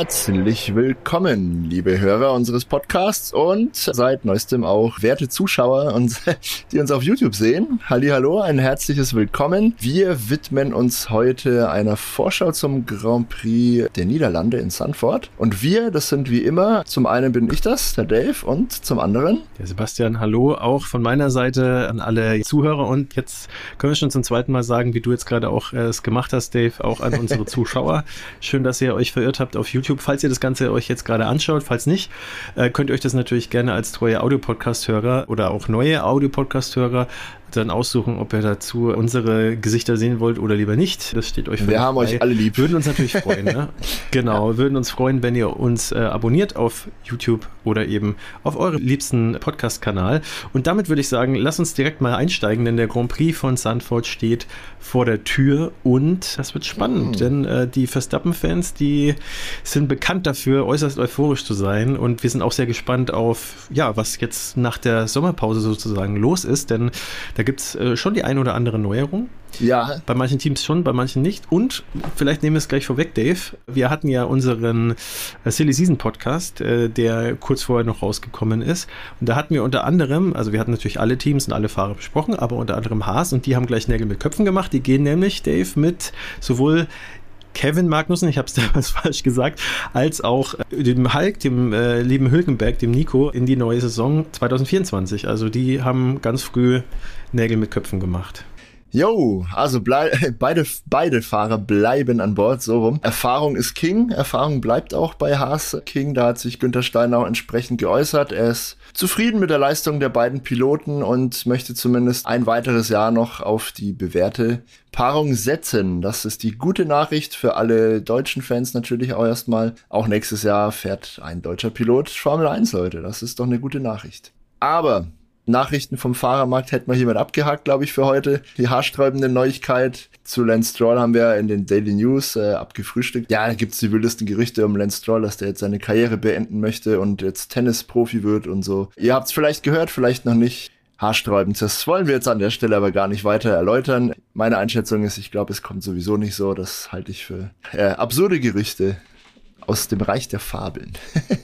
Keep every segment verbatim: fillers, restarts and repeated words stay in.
Herzlich willkommen, liebe Hörer unseres Podcasts und seit neuestem auch werte Zuschauer, die uns auf YouTube sehen. Hallihallo, ein herzliches Willkommen. Wir widmen uns heute einer Vorschau zum Grand Prix der Niederlande in Zandvoort. Und wir, das sind wie immer, zum einen bin ich das, der Dave, und zum anderen der Sebastian. Hallo, auch von meiner Seite an alle Zuhörer. Und jetzt können wir schon zum zweiten Mal sagen, wie du jetzt gerade auch äh, es gemacht hast, Dave, auch an unsere Zuschauer. Schön, dass ihr euch verirrt habt auf YouTube. Falls ihr das Ganze euch jetzt gerade anschaut, falls nicht, äh, könnt ihr euch das natürlich gerne als treue Audio-Podcast-Hörer oder auch neue Audio-Podcast-Hörer dann aussuchen, ob ihr dazu unsere Gesichter sehen wollt oder lieber nicht. Das steht euch frei. Wir haben euch alle lieb. Würden uns natürlich freuen. Ne? Genau, ja. Würden uns freuen, wenn ihr uns äh, abonniert auf YouTube oder eben auf eurem liebsten Podcast-Kanal. Und damit würde ich sagen, lasst uns direkt mal einsteigen, denn der Grand Prix von Zandvoort steht vor der Tür und das wird spannend, mhm. denn äh, die Verstappen-Fans, die sind bekannt dafür, äußerst euphorisch zu sein und wir sind auch sehr gespannt auf, ja, was jetzt nach der Sommerpause sozusagen los ist, denn da gibt es äh, schon die ein oder andere Neuerung. Ja. Bei manchen Teams schon, bei manchen nicht. Und vielleicht nehmen wir es gleich vorweg, Dave. Wir hatten ja unseren äh, Silly Season Podcast, äh, der kurz vorher noch rausgekommen ist. Und da hatten wir unter anderem, also wir hatten natürlich alle Teams und alle Fahrer besprochen, aber unter anderem Haas und die haben gleich Nägel mit Köpfen gemacht. Die gehen nämlich, Dave, mit sowohl Kevin Magnussen, ich habe es damals falsch gesagt, als auch dem Hulk, dem äh, lieben Hülkenberg, dem Nico, in die neue Saison zwanzig vierundzwanzig. Also die haben ganz früh Nägel mit Köpfen gemacht. Jo, also blei- beide, beide Fahrer bleiben an Bord, so rum. Erfahrung ist King, Erfahrung bleibt auch bei Haas King, da hat sich Günther Steiner auch entsprechend geäußert. Er ist zufrieden mit der Leistung der beiden Piloten und möchte zumindest ein weiteres Jahr noch auf die bewährte Paarung setzen. Das ist die gute Nachricht für alle deutschen Fans natürlich auch erstmal. Auch nächstes Jahr fährt ein deutscher Pilot Formel eins, Leute. Das ist doch eine gute Nachricht. Aber Nachrichten vom Fahrermarkt hätten wir hiermit abgehakt, glaube ich, für heute. Die haarsträubende Neuigkeit zu Lance Stroll haben wir in den Daily News äh, abgefrühstückt. Ja, da gibt es die wildesten Gerüchte um Lance Stroll, dass der jetzt seine Karriere beenden möchte und jetzt Tennisprofi wird und so. Ihr habt es vielleicht gehört, vielleicht noch nicht. Haarsträubend. Das wollen wir jetzt an der Stelle aber gar nicht weiter erläutern. Meine Einschätzung ist, ich glaube, es kommt sowieso nicht so. Das halte ich für äh, absurde Gerüchte aus dem Reich der Fabeln.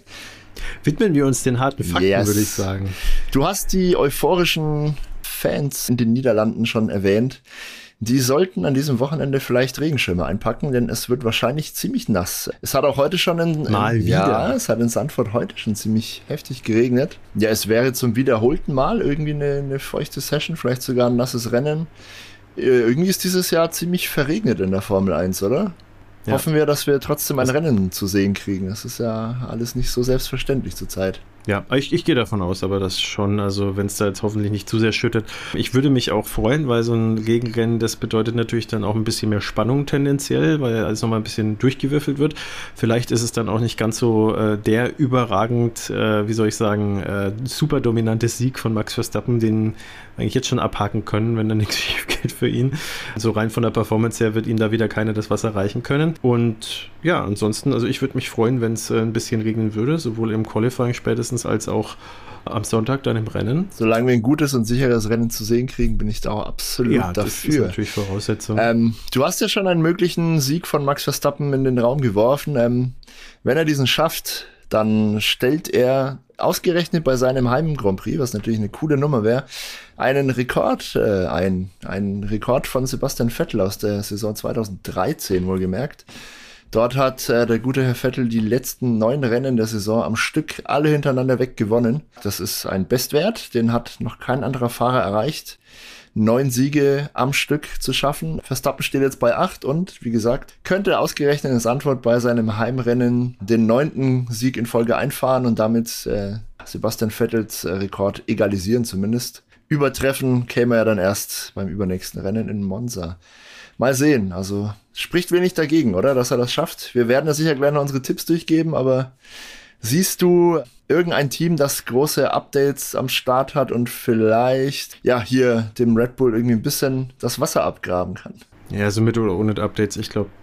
Widmen wir uns den harten Fakten, yes. würde ich sagen. Du hast die euphorischen Fans in den Niederlanden schon erwähnt. Die sollten an diesem Wochenende vielleicht Regenschirme einpacken, denn es wird wahrscheinlich ziemlich nass. Es hat auch heute schon in, Mal in, wieder. Ja, es hat in Zandvoort heute schon ziemlich heftig geregnet. Ja, es wäre zum wiederholten Mal irgendwie eine, eine feuchte Session, vielleicht sogar ein nasses Rennen. Irgendwie ist dieses Jahr ziemlich verregnet in der Formel eins, oder? Ja. Hoffen wir, dass wir trotzdem ein Rennen zu sehen kriegen. Das ist ja alles nicht so selbstverständlich zurzeit. Ja, ich, ich gehe davon aus, aber das schon, also wenn es da jetzt hoffentlich nicht zu sehr schüttet. Ich würde mich auch freuen, weil so ein Gegenrennen, das bedeutet natürlich dann auch ein bisschen mehr Spannung tendenziell, weil alles nochmal ein bisschen durchgewürfelt wird. Vielleicht ist es dann auch nicht ganz so äh, der überragend, äh, wie soll ich sagen, äh, super dominante Sieg von Max Verstappen, den eigentlich jetzt schon abhaken können, wenn da nichts schief geht für ihn. So rein von der Performance her wird ihm da wieder keiner das Wasser reichen können. Und ja, ansonsten, also ich würde mich freuen, wenn es äh, ein bisschen regnen würde, sowohl im Qualifying spätestens als auch am Sonntag dann im Rennen. Solange wir ein gutes und sicheres Rennen zu sehen kriegen, bin ich da auch absolut ja, dafür. Das ist natürlich Voraussetzung. Ähm, du hast ja schon einen möglichen Sieg von Max Verstappen in den Raum geworfen. Ähm, wenn er diesen schafft, dann stellt er ausgerechnet bei seinem Heim-Grand Prix, was natürlich eine coole Nummer wäre, einen Rekord äh, ein. Einen Rekord von Sebastian Vettel aus der Saison zwanzig dreizehn wohlgemerkt. Dort hat äh, der gute Herr Vettel die letzten neun Rennen der Saison am Stück alle hintereinander weg gewonnen. Das ist ein Bestwert, den hat noch kein anderer Fahrer erreicht. Neun Siege am Stück zu schaffen. Verstappen steht jetzt bei acht und, wie gesagt, könnte ausgerechnet in Zandvoort bei seinem Heimrennen den neunten Sieg in Folge einfahren und damit äh, Sebastian Vettels äh, Rekord egalisieren zumindest. Übertreffen käme er dann erst beim übernächsten Rennen in Monza. Mal sehen, also spricht wenig dagegen, oder, dass er das schafft. Wir werden ja sicher gleich noch unsere Tipps durchgeben, aber siehst du irgendein Team, das große Updates am Start hat und vielleicht, ja, hier dem Red Bull irgendwie ein bisschen das Wasser abgraben kann? Ja, also mit oder ohne Updates, ich glaube,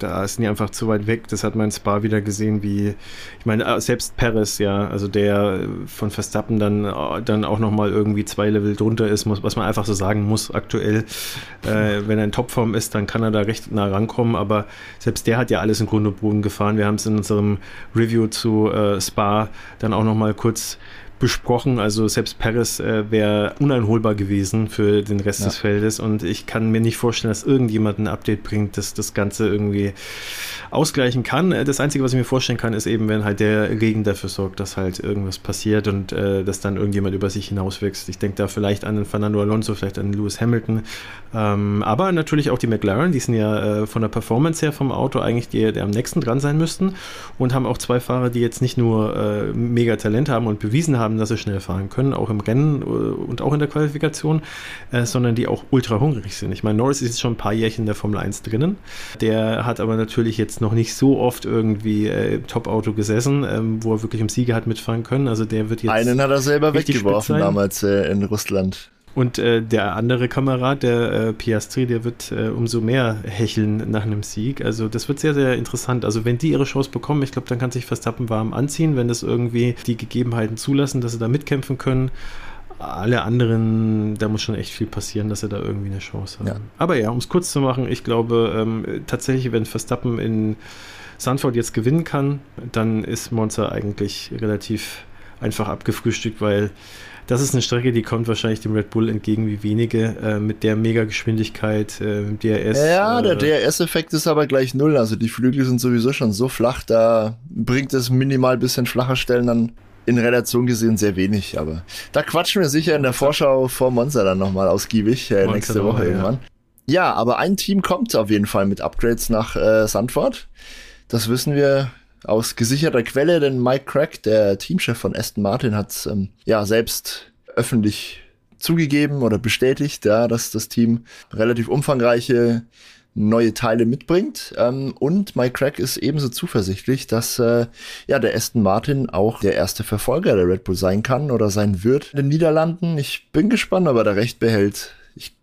Da sind die einfach zu weit weg. Das hat man in Spa wieder gesehen, wie, ich meine, selbst Perez, ja, also der von Verstappen dann, dann auch nochmal irgendwie zwei Level drunter ist, muss, was man einfach so sagen muss aktuell. Äh, wenn er in Topform ist, dann kann er da recht nah rankommen, aber selbst der hat ja alles in Grund und Boden gefahren. Wir haben es in unserem Review zu äh, Spa dann auch nochmal kurz besprochen, also selbst Perez äh, wäre uneinholbar gewesen für den Rest ja. des Feldes und ich kann mir nicht vorstellen, dass irgendjemand ein Update bringt, das das Ganze irgendwie ausgleichen kann. Das Einzige, was ich mir vorstellen kann, ist eben, wenn halt der Regen dafür sorgt, dass halt irgendwas passiert und äh, dass dann irgendjemand über sich hinauswächst. Ich denke da vielleicht an den Fernando Alonso, vielleicht an den Lewis Hamilton, ähm, aber natürlich auch die McLaren, die sind ja äh, von der Performance her vom Auto eigentlich die, die am nächsten dran sein müssten und haben auch zwei Fahrer, die jetzt nicht nur äh, mega Talent haben und bewiesen haben, dass sie schnell fahren können, auch im Rennen und auch in der Qualifikation, äh, sondern die auch ultra hungrig sind. Ich meine, Norris ist jetzt schon ein paar Jährchen in der Formel eins drinnen. Der hat aber natürlich jetzt noch nicht so oft irgendwie äh, im Top-Auto gesessen, ähm, wo er wirklich um Siege hat mitfahren können. Also der wird jetzt einen hat er selber weggeworfen damals äh, in Russland. Und äh, der andere Kamerad, der äh, Piastri, der wird äh, umso mehr hecheln nach einem Sieg. Also das wird sehr, sehr interessant. Also wenn die ihre Chance bekommen, ich glaube, dann kann sich Verstappen warm anziehen, wenn das irgendwie die Gegebenheiten zulassen, dass sie da mitkämpfen können. Alle anderen, da muss schon echt viel passieren, dass sie da irgendwie eine Chance haben. Ja. Aber ja, um es kurz zu machen, ich glaube ähm, tatsächlich, wenn Verstappen in Zandvoort jetzt gewinnen kann, dann ist Monza eigentlich relativ einfach abgefrühstückt, weil das ist eine Strecke, die kommt wahrscheinlich dem Red Bull entgegen wie wenige, äh, mit der Mega-Geschwindigkeit, äh, D R S. Ja, äh, der D R S-Effekt ist aber gleich null, also die Flügel sind sowieso schon so flach, da bringt es minimal ein bisschen flacher Stellen dann in Relation gesehen sehr wenig, aber da quatschen wir sicher in der Vorschau vor Monza dann nochmal ausgiebig, äh, nächste Woche irgendwann. Ja. ja, aber ein Team kommt auf jeden Fall mit Upgrades nach äh, Zandvoort, das wissen wir aus gesicherter Quelle, denn Mike Crack, der Teamchef von Aston Martin, hat ähm, ja selbst öffentlich zugegeben oder bestätigt, ja, dass das Team relativ umfangreiche neue Teile mitbringt. Ähm, und Mike Crack ist ebenso zuversichtlich, dass äh, ja der Aston Martin auch der erste Verfolger der Red Bull sein kann oder sein wird in den Niederlanden. Ich bin gespannt, ob er da recht behält.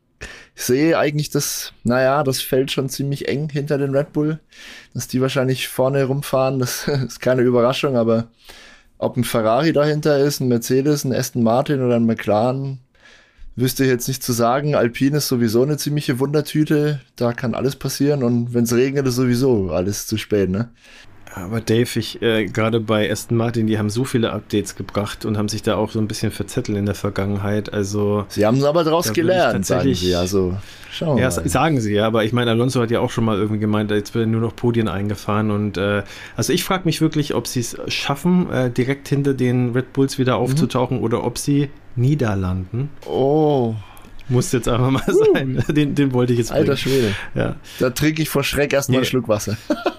Ich sehe eigentlich das, naja, das Feld schon ziemlich eng hinter den Red Bull, dass die wahrscheinlich vorne rumfahren, das ist keine Überraschung, aber ob ein Ferrari dahinter ist, ein Mercedes, ein Aston Martin oder ein McLaren, wüsste ich jetzt nicht zu sagen. Alpine ist sowieso eine ziemliche Wundertüte, da kann alles passieren und wenn es regnet, ist sowieso alles zu spät, ne? Aber Dave, ich, äh, gerade bei Aston Martin, die haben so viele Updates gebracht und haben sich da auch so ein bisschen verzettelt in der Vergangenheit, also... Sie haben es aber daraus gelernt, sagen sie, also schauen wir ja, mal. Sagen sie, ja, aber ich meine, Alonso hat ja auch schon mal irgendwie gemeint, jetzt werden nur noch Podien eingefahren und äh, also ich frage mich wirklich, ob sie es schaffen, äh, direkt hinter den Red Bulls wieder aufzutauchen mhm. oder ob sie niederlanden. Oh... Muss jetzt einfach mal uh. sein, den, den wollte ich jetzt bringen. Alter Schwede. Ja. Da trinke ich vor Schreck erstmal nee. einen Schluck Wasser.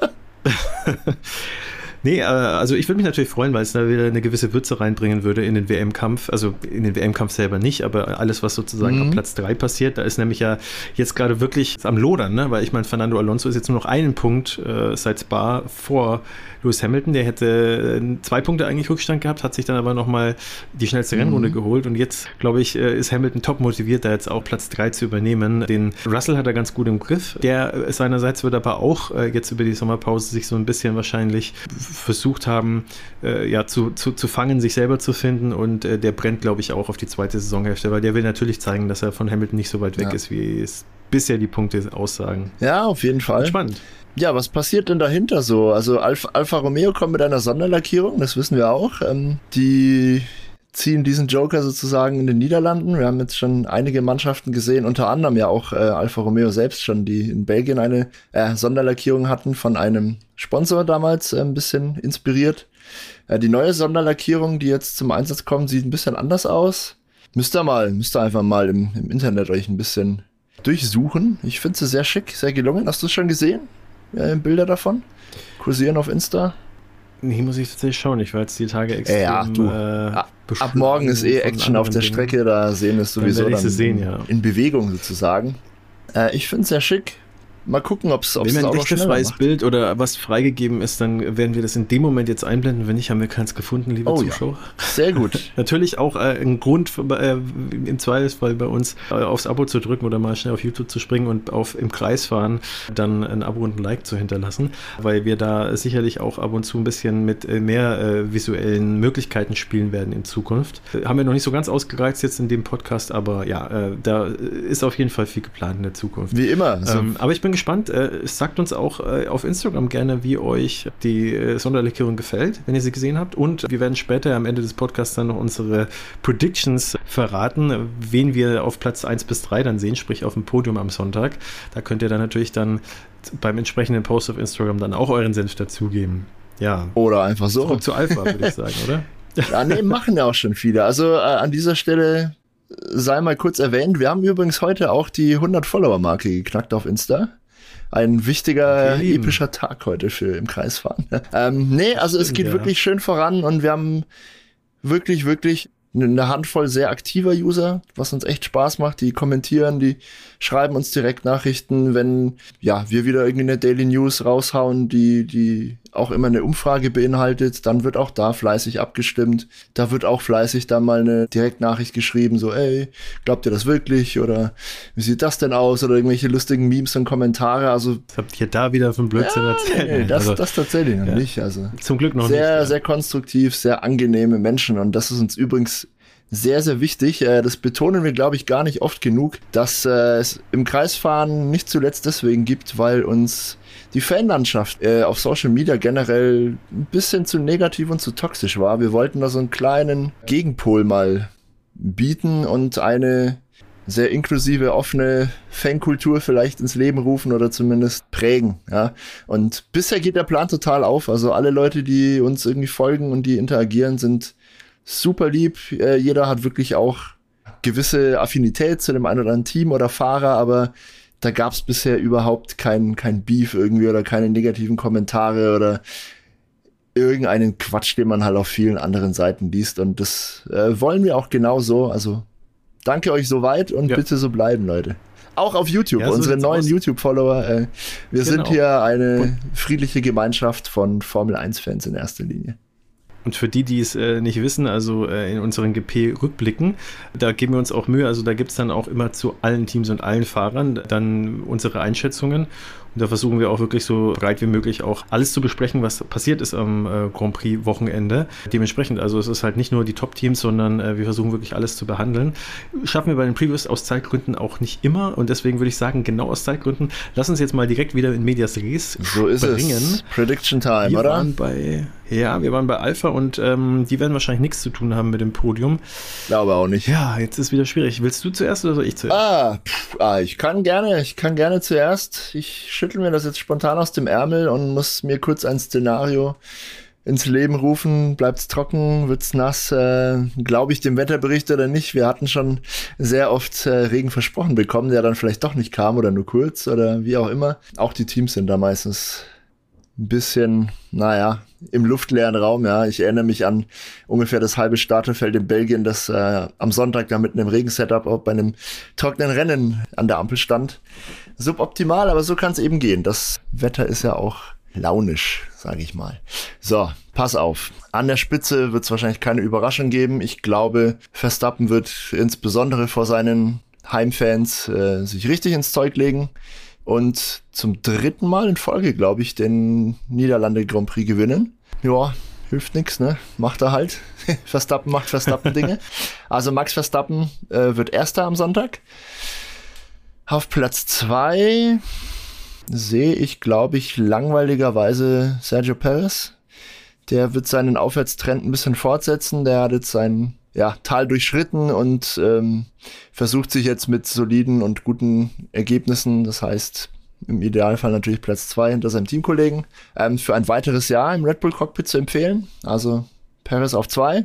Nee, also ich würde mich natürlich freuen, weil es da wieder eine gewisse Würze reinbringen würde in den W M-Kampf. Also in den W M-Kampf selber nicht, aber alles, was sozusagen mhm. auf Platz drei passiert, da ist nämlich ja jetzt gerade wirklich am Lodern, ne? Weil ich meine, Fernando Alonso ist jetzt nur noch einen Punkt äh, seit Spa vor Lewis Hamilton. Der hätte äh, zwei Punkte eigentlich Rückstand gehabt, hat sich dann aber nochmal die schnellste mhm. Rennrunde geholt und jetzt, glaube ich, äh, ist Hamilton top motiviert, da jetzt auch Platz drei zu übernehmen. Den Russell hat er ganz gut im Griff. Der äh, seinerseits wird aber auch äh, jetzt über die Sommerpause sich so ein bisschen wahrscheinlich versucht haben, äh, ja, zu, zu, zu fangen, sich selber zu finden und äh, der brennt, glaube ich, auch auf die zweite Saisonhälfte, weil der will natürlich zeigen, dass er von Hamilton nicht so weit weg ja. ist, wie es bisher die Punkte aussagen. Ja, auf jeden Fall. Spannend. Ja, was passiert denn dahinter so? Also Alfa, Alfa Romeo kommt mit einer Sonderlackierung, das wissen wir auch. Ähm, die ziehen diesen Joker sozusagen in den Niederlanden. Wir haben jetzt schon einige Mannschaften gesehen, unter anderem ja auch äh, Alfa Romeo selbst schon, die in Belgien eine äh, Sonderlackierung hatten von einem Sponsor damals, äh, ein bisschen inspiriert. Äh, die neue Sonderlackierung, die jetzt zum Einsatz kommt, sieht ein bisschen anders aus. Müsst ihr mal, müsst ihr einfach mal im, im Internet euch ein bisschen durchsuchen. Ich finde sie sehr schick, sehr gelungen. Hast du es schon gesehen? Äh, Bilder davon? Kursieren auf Insta? Nee, muss ich tatsächlich schauen. Ich war jetzt die Tage extrem ja, du. Äh, Ab morgen ist eh Action auf der Dingen. Strecke, da sehen wir es sowieso dann, dann sehen, ja. in Bewegung sozusagen. Äh, ich finde es sehr schick. mal gucken, ob es Wenn ein rechtefreies Bild oder was freigegeben ist, dann werden wir das in dem Moment jetzt einblenden. Wenn nicht, haben wir keins gefunden, liebe oh, Zuschauer. Ja. Sehr gut. Natürlich auch äh, ein Grund für, äh, im Zweifelsfall bei uns äh, aufs Abo zu drücken oder mal schnell auf YouTube zu springen und auf im Kreis fahren, dann ein Abo und ein Like zu hinterlassen, weil wir da sicherlich auch ab und zu ein bisschen mit äh, mehr äh, visuellen Möglichkeiten spielen werden in Zukunft. Äh, haben wir noch nicht so ganz ausgereizt jetzt in dem Podcast, aber ja, äh, da ist auf jeden Fall viel geplant in der Zukunft. Wie immer. So. Ähm, aber ich bin gespannt. Äh, sagt uns auch äh, auf Instagram gerne, wie euch die äh, Sonderlackierung gefällt, wenn ihr sie gesehen habt. Und wir werden später am Ende des Podcasts dann noch unsere Predictions verraten, wen wir auf Platz eins bis drei dann sehen, sprich auf dem Podium am Sonntag. Da könnt ihr dann natürlich dann beim entsprechenden Post auf Instagram dann auch euren Senf dazugeben. Ja. Oder einfach so. Zurück zu Alpha, würde ich sagen, oder? Ja, nee, machen ja auch schon viele. Also äh, an dieser Stelle sei mal kurz erwähnt, wir haben übrigens heute auch die hundert-Follower-Marke geknackt auf Insta. Ein wichtiger, okay, epischer Tag heute für im Kreisfahren. ähm, nee, also Stimmt, es geht ja. wirklich schön voran und wir haben wirklich, wirklich eine Handvoll sehr aktiver User, was uns echt Spaß macht. Die kommentieren, die schreiben uns direkt Nachrichten, wenn ja wir wieder irgendwie eine Daily News raushauen, die die auch immer eine Umfrage beinhaltet, dann wird auch da fleißig abgestimmt. Da wird auch fleißig dann mal eine Direktnachricht geschrieben, so ey, glaubt ihr das wirklich? Oder wie sieht das denn aus? Oder irgendwelche lustigen Memes und Kommentare. Also was habt ihr da wieder von Blödsinn ja, erzählt? Nee, das, also, das tatsächlich noch ja. nicht. Also zum Glück noch sehr, nicht. Sehr, ja. sehr konstruktiv, sehr angenehme Menschen und das ist uns übrigens sehr, sehr wichtig. Das betonen wir, glaube ich, gar nicht oft genug, dass äh, es im Kreisfahren nicht zuletzt deswegen gibt, weil uns die Fanlandschaft äh, auf Social Media generell ein bisschen zu negativ und zu toxisch war. Wir wollten da so einen kleinen Gegenpol mal bieten und eine sehr inklusive, offene Fankultur vielleicht ins Leben rufen oder zumindest prägen. Ja. Und bisher geht der Plan total auf. Also alle Leute, die uns irgendwie folgen und die interagieren, sind super lieb. Äh, jeder hat wirklich auch gewisse Affinität zu dem einen oder anderen Team oder Fahrer, aber da gab es bisher überhaupt kein, kein Beef irgendwie oder keine negativen Kommentare oder irgendeinen Quatsch, den man halt auf vielen anderen Seiten liest. Und das äh, wollen wir auch genauso. Also danke euch soweit und ja. bitte so bleiben, Leute. Auch auf YouTube, ja, so unsere neuen YouTube-Follower. Äh, wir genau. sind hier eine friedliche Gemeinschaft von Formel eins Fans in erster Linie. Und für die, die es äh, nicht wissen, also äh, in unseren G P-Rückblicken, da geben wir uns auch Mühe, also da gibt es dann auch immer zu allen Teams und allen Fahrern dann unsere Einschätzungen. Und da versuchen wir auch wirklich so breit wie möglich auch alles zu besprechen, was passiert ist am äh, Grand Prix-Wochenende. Dementsprechend, also es ist halt nicht nur die Top-Teams, sondern äh, wir versuchen wirklich alles zu behandeln. Schaffen wir bei den Previews aus Zeitgründen auch nicht immer und deswegen würde ich sagen, genau aus Zeitgründen, lass uns jetzt mal direkt wieder in Medias Res so ist bringen. Es. Prediction Time, wir oder? Waren bei, ja, wir waren bei Alpha und ähm, die werden wahrscheinlich nichts zu tun haben mit dem Podium. Glaube auch nicht. Ja, jetzt ist wieder schwierig. Willst du zuerst oder soll ich zuerst? Ah, pff, ah ich kann gerne, ich kann gerne zuerst. Ich schüttel mir das jetzt spontan aus dem Ärmel und muss mir kurz ein Szenario ins Leben rufen. Bleibt's trocken, wird's nass, äh, glaube ich dem Wetterbericht oder nicht? Wir hatten schon sehr oft äh, Regen versprochen bekommen, der dann vielleicht doch nicht kam oder nur kurz oder wie auch immer. Auch die Teams sind da meistens ein bisschen, naja, im luftleeren Raum, ja. Ich erinnere mich an ungefähr das halbe Starterfeld in Belgien, das äh, am Sonntag da mit einem Regensetup auch bei einem trockenen Rennen an der Ampel stand. Suboptimal, aber so kann es eben gehen. Das Wetter ist ja auch launisch, sage ich mal. So, pass auf. An der Spitze wird es wahrscheinlich keine Überraschung geben. Ich glaube, Verstappen wird insbesondere vor seinen Heimfans äh, sich richtig ins Zeug legen und zum dritten Mal in Folge, glaube ich, den Niederlande Grand Prix gewinnen. Ja, hilft nix, ne? Macht er halt. Verstappen macht Verstappen-Dinge. Also Max Verstappen äh, wird Erster am Sonntag. Auf Platz zwei sehe ich, glaube ich, langweiligerweise Sergio Perez. Der wird seinen Aufwärtstrend ein bisschen fortsetzen. Der hat jetzt sein ja, Tal durchschritten und ähm, versucht sich jetzt mit soliden und guten Ergebnissen, das heißt im Idealfall natürlich Platz zwei hinter seinem Teamkollegen, ähm, für ein weiteres Jahr im Red Bull Cockpit zu empfehlen. Also Perez auf zwei.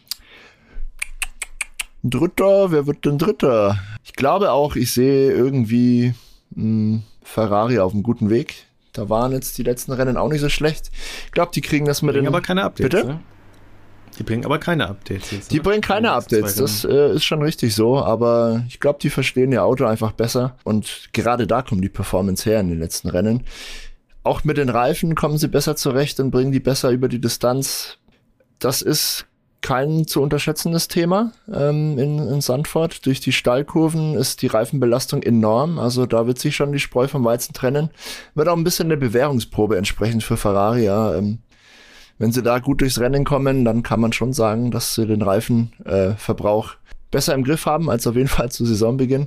Dritter, wer wird denn Dritter? Ich glaube auch, ich sehe irgendwie mh, Ferrari auf einem guten Weg. Da waren jetzt die letzten Rennen auch nicht so schlecht. Ich glaube, die kriegen das mit den... aber keine Updates, Bitte? Ne? Die bringen aber keine Updates jetzt. Die ne? bringen keine Updates, das äh, ist schon richtig so, aber ich glaube, die verstehen ihr Auto einfach besser und gerade da kommt die Performance her in den letzten Rennen. Auch mit den Reifen kommen sie besser zurecht und bringen die besser über die Distanz. Das ist kein zu unterschätzendes Thema ähm, in, in Zandvoort. Durch die Steilkurven ist die Reifenbelastung enorm, also da wird sich schon die Spreu vom Weizen trennen. Wird auch ein bisschen eine Bewährungsprobe entsprechend für Ferrari, ja, ähm, wenn sie da gut durchs Rennen kommen, dann kann man schon sagen, dass sie den Reifenverbrauch äh, besser im Griff haben, als auf jeden Fall zu Saisonbeginn.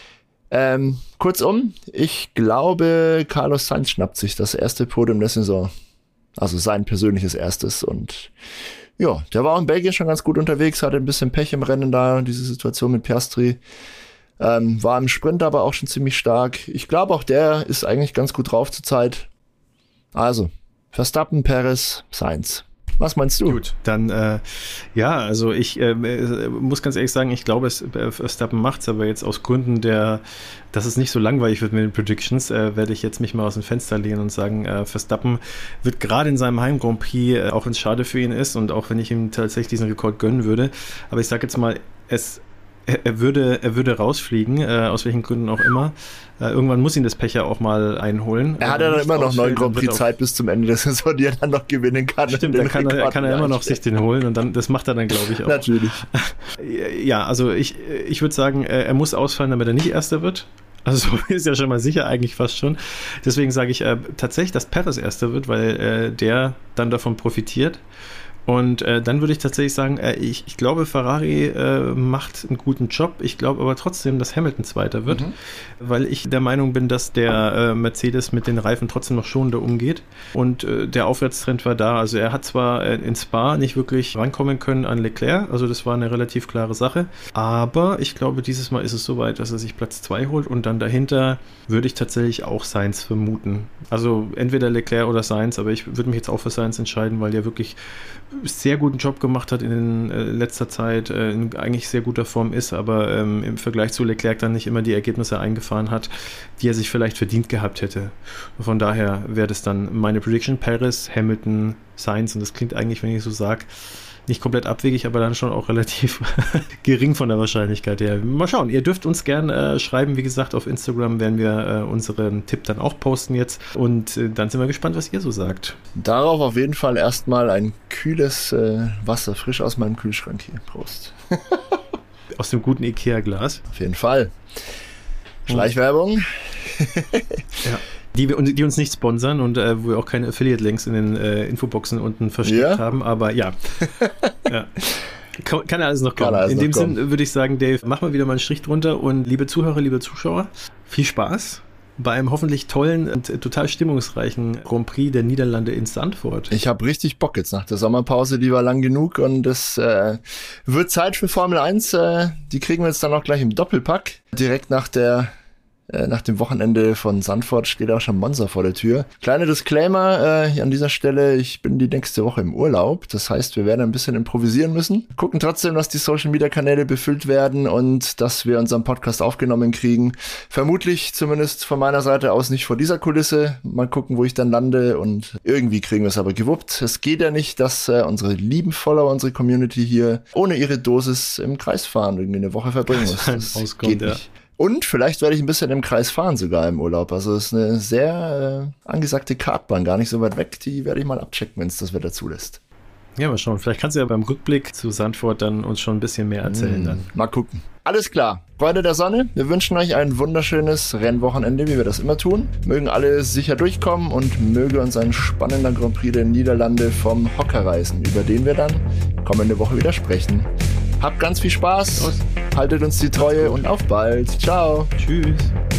Ähm, kurzum, ich glaube, Carlos Sainz schnappt sich das erste Podium der Saison. Also sein persönliches erstes. Und ja, der war auch in Belgien schon ganz gut unterwegs, hatte ein bisschen Pech im Rennen da, diese Situation mit Piastri. Ähm, war im Sprint aber auch schon ziemlich stark. Ich glaube, auch der ist eigentlich ganz gut drauf zurzeit. Also, Verstappen, Perez, Sainz. Was meinst du? Gut, dann äh, ja, also ich äh, muss ganz ehrlich sagen, ich glaube, es, äh, Verstappen macht's, aber jetzt aus Gründen der, dass es nicht so langweilig wird mit den Predictions, äh, werde ich jetzt mich mal aus dem Fenster lehnen und sagen, äh, Verstappen wird gerade in seinem Heim Grand Prix, äh, auch wenn es schade für ihn ist und auch wenn ich ihm tatsächlich diesen Rekord gönnen würde, aber ich sage jetzt mal, es Er würde, er würde rausfliegen, äh, aus welchen Gründen auch immer. Äh, irgendwann muss ihn das Pech ja auch mal einholen. Er hat ja dann immer noch neun Grand Prix Zeit bis zum Ende der Saison, die er dann noch gewinnen kann. Stimmt, dann kann er, kann er immer noch sich den holen und dann, das macht er dann, glaube ich, auch. Natürlich. Ja, also ich, ich würde sagen, er muss ausfallen, damit er nicht Erster wird. Also ist ja schon mal sicher, eigentlich fast schon. Deswegen sage ich äh, tatsächlich, dass Perez Erster wird, weil äh, der dann davon profitiert. Und äh, dann würde ich tatsächlich sagen, äh, ich, ich glaube, Ferrari äh, macht einen guten Job. Ich glaube aber trotzdem, dass Hamilton Zweiter wird, mhm. weil ich der Meinung bin, dass der äh, Mercedes mit den Reifen trotzdem noch schonender umgeht. Und äh, der Aufwärtstrend war da. Also er hat zwar äh, in Spa nicht wirklich rankommen können an Leclerc, also das war eine relativ klare Sache. Aber ich glaube, dieses Mal ist es soweit, dass er sich Platz zwei holt und dann dahinter würde ich tatsächlich auch Sainz vermuten. Also entweder Leclerc oder Sainz, aber ich würde mich jetzt auch für Sainz entscheiden, weil der wirklich sehr guten Job gemacht hat in äh, letzter Zeit, äh, in eigentlich sehr guter Form ist, aber ähm, im Vergleich zu Leclerc dann nicht immer die Ergebnisse eingefahren hat, die er sich vielleicht verdient gehabt hätte. Von daher wäre das dann meine Prediction: Perez, Hamilton, Sainz, und das klingt eigentlich, wenn ich so sage, nicht komplett abwegig, aber dann schon auch relativ gering von der Wahrscheinlichkeit her. Mal schauen, ihr dürft uns gerne äh, schreiben, wie gesagt, auf Instagram werden wir äh, unseren Tipp dann auch posten jetzt und äh, dann sind wir gespannt, was ihr so sagt. Darauf auf jeden Fall erstmal ein kühles äh, Wasser, frisch aus meinem Kühlschrank hier. Prost. Aus dem guten Ikea-Glas. Auf jeden Fall. Schleichwerbung. Ja. Die, wir, die uns nicht sponsern und äh, wo wir auch keine Affiliate-Links in den äh, Infoboxen unten versteckt ja. haben, aber ja. ja. Kann, kann ja alles noch kommen. Alles in noch dem kommen. Sinn würde ich sagen, Dave, mach mal wieder mal einen Strich drunter und liebe Zuhörer, liebe Zuschauer, viel Spaß bei einem hoffentlich tollen und total stimmungsreichen Grand Prix der Niederlande in Zandvoort. Ich habe richtig Bock jetzt nach der Sommerpause, die war lang genug und es äh, wird Zeit für Formel eins. Äh, die kriegen wir jetzt dann auch gleich im Doppelpack. Direkt nach der Nach dem Wochenende von Zandvoort steht auch schon Monza vor der Tür. Kleiner Disclaimer äh, an dieser Stelle, ich bin die nächste Woche im Urlaub. Das heißt, wir werden ein bisschen improvisieren müssen. Gucken trotzdem, dass die Social-Media-Kanäle befüllt werden und dass wir unseren Podcast aufgenommen kriegen. Vermutlich zumindest von meiner Seite aus nicht vor dieser Kulisse. Mal gucken, wo ich dann lande und irgendwie kriegen wir es aber gewuppt. Es geht ja nicht, dass äh, unsere lieben Follower, unsere Community hier ohne ihre Dosis im Kreis fahren irgendwie eine Woche verbringen muss. Das rauskommt, geht nicht. Ja. Und vielleicht werde ich ein bisschen im Kreis fahren sogar im Urlaub. Also es ist eine sehr äh, angesagte Kartbahn, gar nicht so weit weg. Die werde ich mal abchecken, wenn es das Wetter zulässt. Ja, mal schauen. Vielleicht kannst du ja beim Rückblick zu Zandvoort dann uns schon ein bisschen mehr erzählen. Mm, dann. Mal gucken. Alles klar. Freunde der Sonne, wir wünschen euch ein wunderschönes Rennwochenende, wie wir das immer tun. Mögen alle sicher durchkommen und möge uns ein spannender Grand Prix der Niederlande vom Hocker reißen, über den wir dann kommende Woche wieder sprechen. Habt ganz viel Spaß, haltet uns die Treue und auf bald. Ciao. Tschüss.